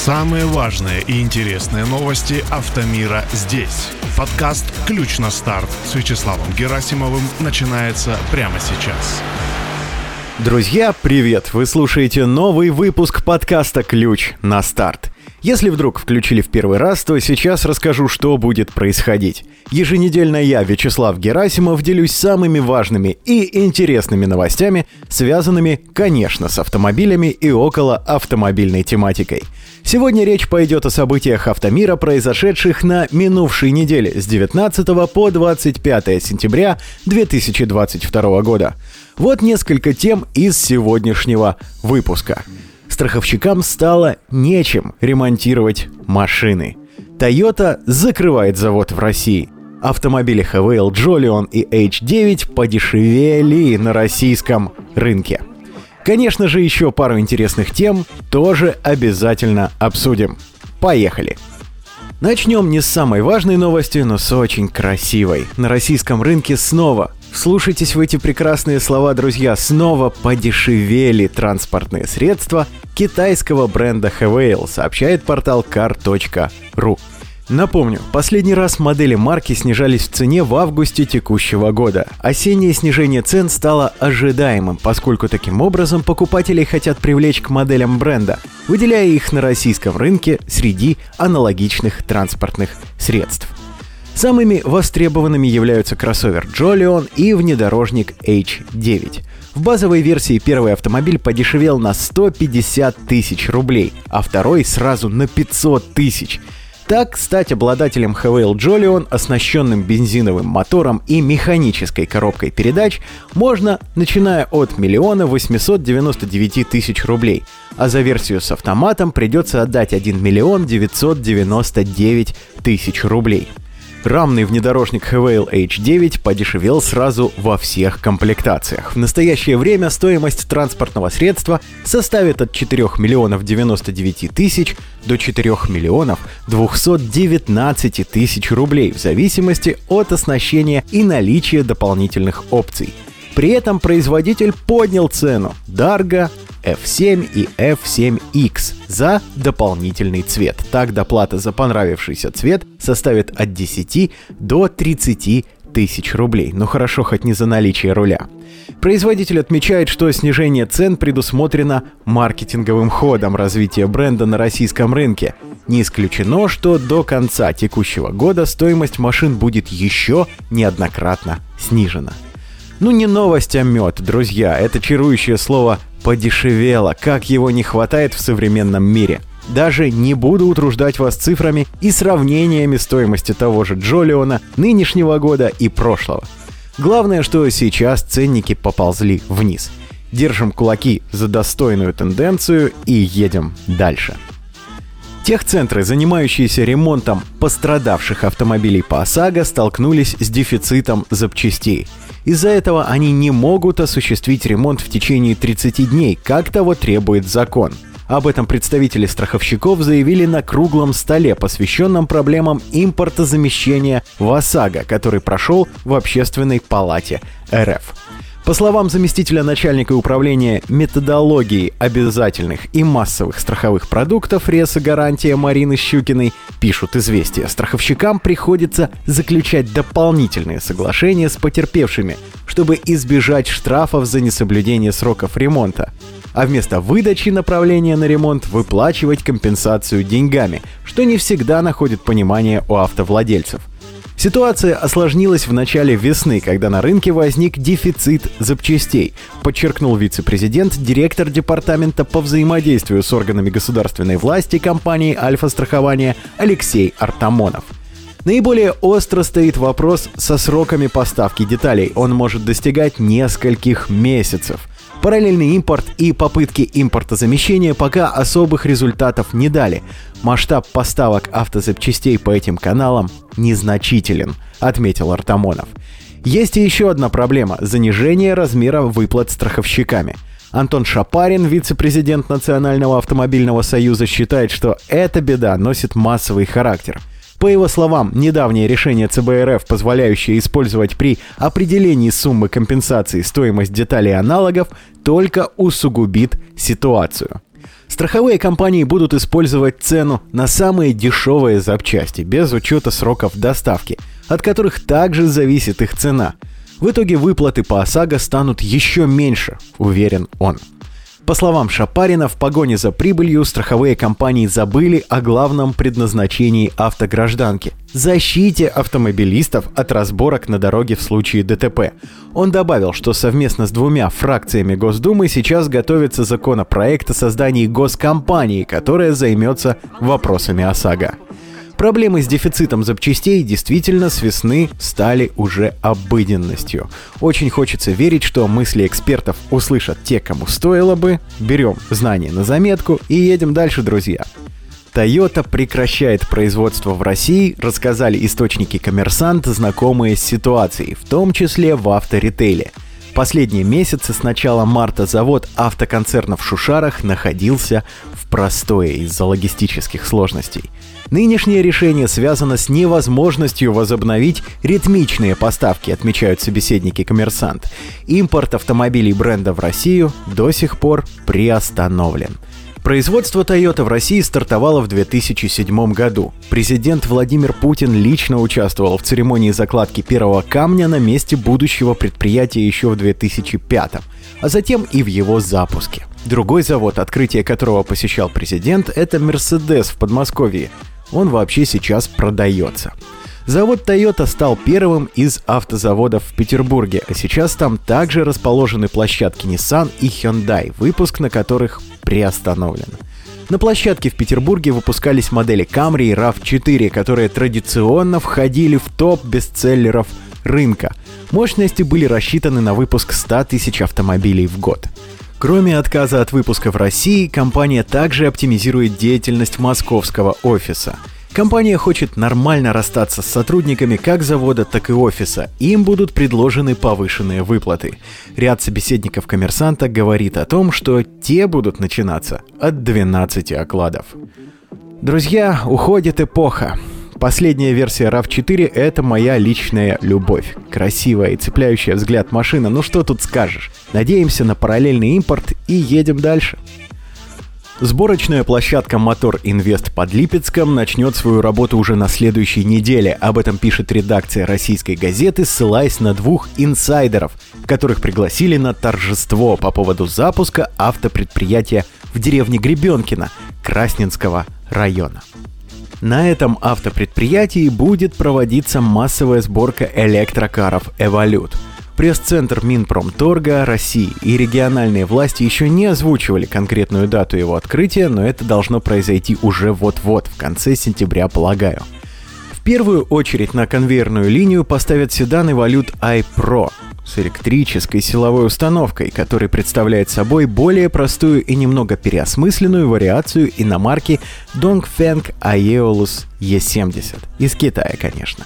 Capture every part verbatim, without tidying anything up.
Самые важные и интересные новости автомира здесь. Подкаст «Ключ на старт» с Вячеславом Герасимовым начинается прямо сейчас. Друзья, привет! Вы слушаете новый выпуск подкаста «Ключ на старт». Если вдруг включили в первый раз, то сейчас расскажу, что будет происходить. Еженедельно я, Вячеслав Герасимов, делюсь самыми важными и интересными новостями, связанными, конечно, с автомобилями и около автомобильной тематикой. Сегодня речь пойдет о событиях автомира, произошедших на минувшей неделе с девятнадцатого по двадцать пятое сентября две тысячи двадцать второго года. Вот несколько тем из сегодняшнего выпуска. Страховщикам стало нечем ремонтировать машины. Toyota закрывает завод в России. Автомобили Хевейл, Джолион и эйч девять подешевели на российском рынке. Конечно же, еще пару интересных тем тоже обязательно обсудим. Поехали! Начнем не с самой важной новости, но с очень красивой. На российском рынке снова, вслушайтесь в эти прекрасные слова, друзья, снова подешевели транспортные средства китайского бренда Хевейл, сообщает портал кар точка ру. Напомню, последний раз модели марки снижались в цене в августе текущего года. Осеннее снижение цен стало ожидаемым, поскольку таким образом покупатели хотят привлечь к моделям бренда, выделяя их на российском рынке среди аналогичных транспортных средств. Самыми востребованными являются кроссовер Джолион и внедорожник эйч девять. В базовой версии первый автомобиль подешевел на сто пятьдесят тысяч рублей, а второй сразу на пятьсот тысяч. Так, стать обладателем Хевейл Джолион, оснащенным бензиновым мотором и механической коробкой передач, можно, начиная от один миллион восемьсот девяносто девять тысяч рублей, а за версию с автоматом придется отдать один миллион девятьсот девяносто девять тысяч рублей. Рамный внедорожник Хевейл эйч девять подешевел сразу во всех комплектациях. В настоящее время стоимость транспортного средства составит от четырех миллионов девяносто девять тысяч до четырех миллионов двести девятнадцать тысяч рублей в зависимости от оснащения и наличия дополнительных опций. При этом производитель поднял цену Dargo, эф семь и эф семь икс за дополнительный цвет. Так, доплата за понравившийся цвет составит от десяти до тридцати тысяч рублей. Ну хорошо, хоть не за наличие руля. Производитель отмечает, что снижение цен предусмотрено маркетинговым ходом развития бренда на российском рынке. Не исключено, что до конца текущего года стоимость машин будет еще неоднократно снижена. Ну не новость, а мед, друзья. Это чарующее слово «подешевело». Как его не хватает в современном мире. Даже не буду утруждать вас цифрами и сравнениями стоимости того же Джолиона нынешнего года и прошлого. Главное, что сейчас ценники поползли вниз. Держим кулаки за достойную тенденцию и едем дальше. Техцентры, занимающиеся ремонтом пострадавших автомобилей по ОСАГО, столкнулись с дефицитом запчастей. Из-за этого они не могут осуществить ремонт в течение тридцати дней, как того требует закон. Об этом представители страховщиков заявили на круглом столе, посвященном проблемам импортозамещения в ОСАГО, который прошел в Общественной палате эр эф. По словам заместителя начальника управления методологией обязательных и массовых страховых продуктов «Ресо-гарантия» Марины Щукиной, пишут «Известия», страховщикам приходится заключать дополнительные соглашения с потерпевшими, чтобы избежать штрафов за несоблюдение сроков ремонта, а вместо выдачи направления на ремонт выплачивать компенсацию деньгами, что не всегда находит понимание у автовладельцев. Ситуация осложнилась в начале весны, когда на рынке возник дефицит запчастей, подчеркнул вице-президент, директор департамента по взаимодействию с органами государственной власти компании «Альфа-страхование» Алексей Артамонов. Наиболее остро стоит вопрос со сроками поставки деталей. Он может достигать нескольких месяцев. Параллельный импорт и попытки импортозамещения пока особых результатов не дали. Масштаб поставок автозапчастей по этим каналам незначителен, отметил Артамонов. Есть и еще одна проблема – занижение размера выплат страховщиками. Антон Шапарин, вице-президент Национального автомобильного союза, считает, что эта беда носит массовый характер. По его словам, недавнее решение цэ бэ эр эф, позволяющее использовать при определении суммы компенсации стоимость деталей и аналогов, только усугубит ситуацию. Страховые компании будут использовать цену на самые дешевые запчасти, без учета сроков доставки, от которых также зависит их цена. В итоге выплаты по ОСАГО станут еще меньше, уверен он. По словам Шапарина, в погоне за прибылью страховые компании забыли о главном предназначении автогражданки – защите автомобилистов от разборок на дороге в случае ДТП. Он добавил, что совместно с двумя фракциями Госдумы сейчас готовится законопроект о создании госкомпании, которая займется вопросами ОСАГО. Проблемы с дефицитом запчастей действительно с весны стали уже обыденностью. Очень хочется верить, что мысли экспертов услышат те, кому стоило бы. Берем знания на заметку и едем дальше, друзья. Toyota прекращает производство в России, рассказали источники «Коммерсант», знакомые с ситуацией, в том числе в авторитейле. Последние месяцы с начала марта завод автоконцерна в Шушарах находился в простое из-за логистических сложностей. Нынешнее решение связано с невозможностью возобновить ритмичные поставки, отмечают собеседники «Коммерсант». Импорт автомобилей бренда в Россию до сих пор приостановлен. Производство Toyota в России стартовало в две тысячи седьмом году. Президент Владимир Путин лично участвовал в церемонии закладки первого камня на месте будущего предприятия еще в две тысячи пятом, а затем и в его запуске. Другой завод, открытие которого посещал президент, это «Мерседес» в Подмосковье. Он вообще сейчас продается. Завод Toyota стал первым из автозаводов в Петербурге, а сейчас там также расположены площадки Nissan и Hyundai, выпуск на которых приостановлен. На площадке в Петербурге выпускались модели Camry и рав четыре, которые традиционно входили в топ бестселлеров рынка. Мощности были рассчитаны на выпуск ста тысяч автомобилей в год. Кроме отказа от выпуска в России, компания также оптимизирует деятельность московского офиса. Компания хочет нормально расстаться с сотрудниками как завода, так и офиса. Им будут предложены повышенные выплаты. Ряд собеседников «Коммерсанта» говорит о том, что те будут начинаться от двенадцати окладов. Друзья, уходит эпоха. Последняя версия рав четыре – это моя личная любовь. Красивая и цепляющая взгляд машина, ну что тут скажешь. Надеемся на параллельный импорт и едем дальше. Сборочная площадка «Мотор Инвест» под Липецком начнет свою работу уже на следующей неделе. Об этом пишет редакция «Российской газеты», ссылаясь на двух инсайдеров, которых пригласили на торжество по поводу запуска автопредприятия в деревне Гребенкино Красненского района. На этом автопредприятии будет проводиться массовая сборка электрокаров «Эволют». Пресс-центр Минпромторга России и региональные власти еще не озвучивали конкретную дату его открытия, но это должно произойти уже вот-вот, в конце сентября, полагаю. В первую очередь на конвейерную линию поставят седан Evolute i-Pro с электрической силовой установкой, который представляет собой более простую и немного переосмысленную вариацию иномарки Dongfeng Aeolus и семьдесят. Из Китая, конечно.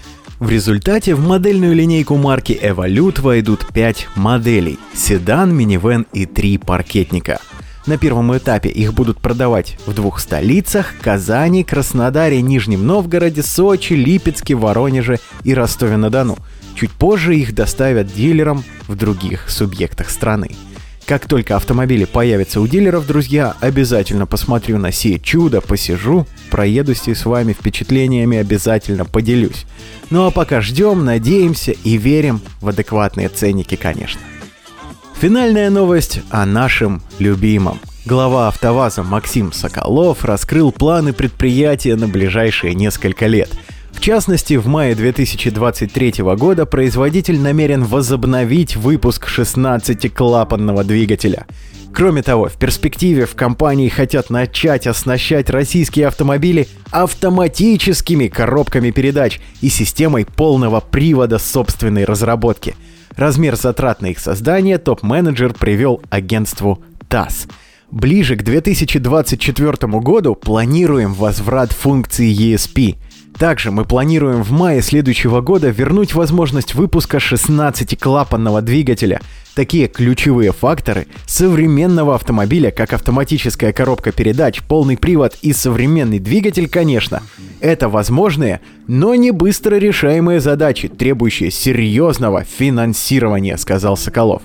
В результате в модельную линейку марки Evolute войдут пять моделей – седан, минивэн и три паркетника. На первом этапе их будут продавать в двух столицах – Казани, Краснодаре, Нижнем Новгороде, Сочи, Липецке, Воронеже и Ростове-на-Дону. Чуть позже их доставят дилерам в других субъектах страны. Как только автомобили появятся у дилеров, друзья, обязательно посмотрю на сие чудо, посижу, проедусь и с вами впечатлениями обязательно поделюсь. Ну а пока ждем, надеемся и верим в адекватные ценники, конечно. Финальная новость о нашем любимом. Глава АвтоВАЗа Максим Соколов раскрыл планы предприятия на ближайшие несколько лет. В частности, в мае две тысячи двадцать третьего года производитель намерен возобновить выпуск шестнадцатиклапанного двигателя. Кроме того, в перспективе в компании хотят начать оснащать российские автомобили автоматическими коробками передач и системой полного привода собственной разработки. Размер затрат на их создание топ-менеджер привел агентству ТАСС. Ближе к две тысячи двадцать четвёртому году планируем возврат функции и эс пи. Также мы планируем в мае следующего года вернуть возможность выпуска шестнадцатиклапанного двигателя. Такие ключевые факторы современного автомобиля, как автоматическая коробка передач, полный привод и современный двигатель, конечно, это возможные, но не быстро решаемые задачи, требующие серьезного финансирования, сказал Соколов.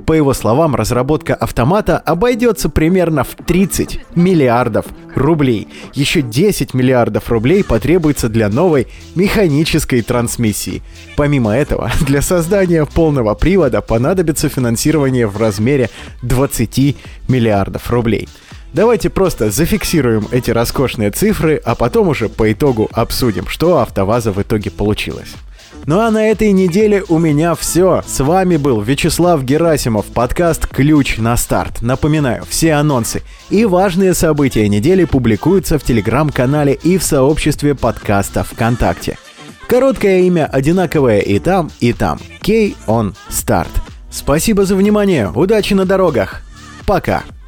По его словам, разработка автомата обойдется примерно в тридцать миллиардов рублей. Еще десять миллиардов рублей потребуется для новой механической трансмиссии. Помимо этого, для создания полного привода понадобится финансирование в размере двадцать миллиардов рублей. Давайте просто зафиксируем эти роскошные цифры, а потом уже по итогу обсудим, что АвтоВАЗа в итоге получилось. Ну а на этой неделе у меня все. С вами был Вячеслав Герасимов, подкаст «Ключ на старт». Напоминаю, все анонсы и важные события недели публикуются в телеграм-канале и в сообществе подкаста ВКонтакте. Короткое имя одинаковое и там, и там. Key on Start. Спасибо за внимание, удачи на дорогах. Пока.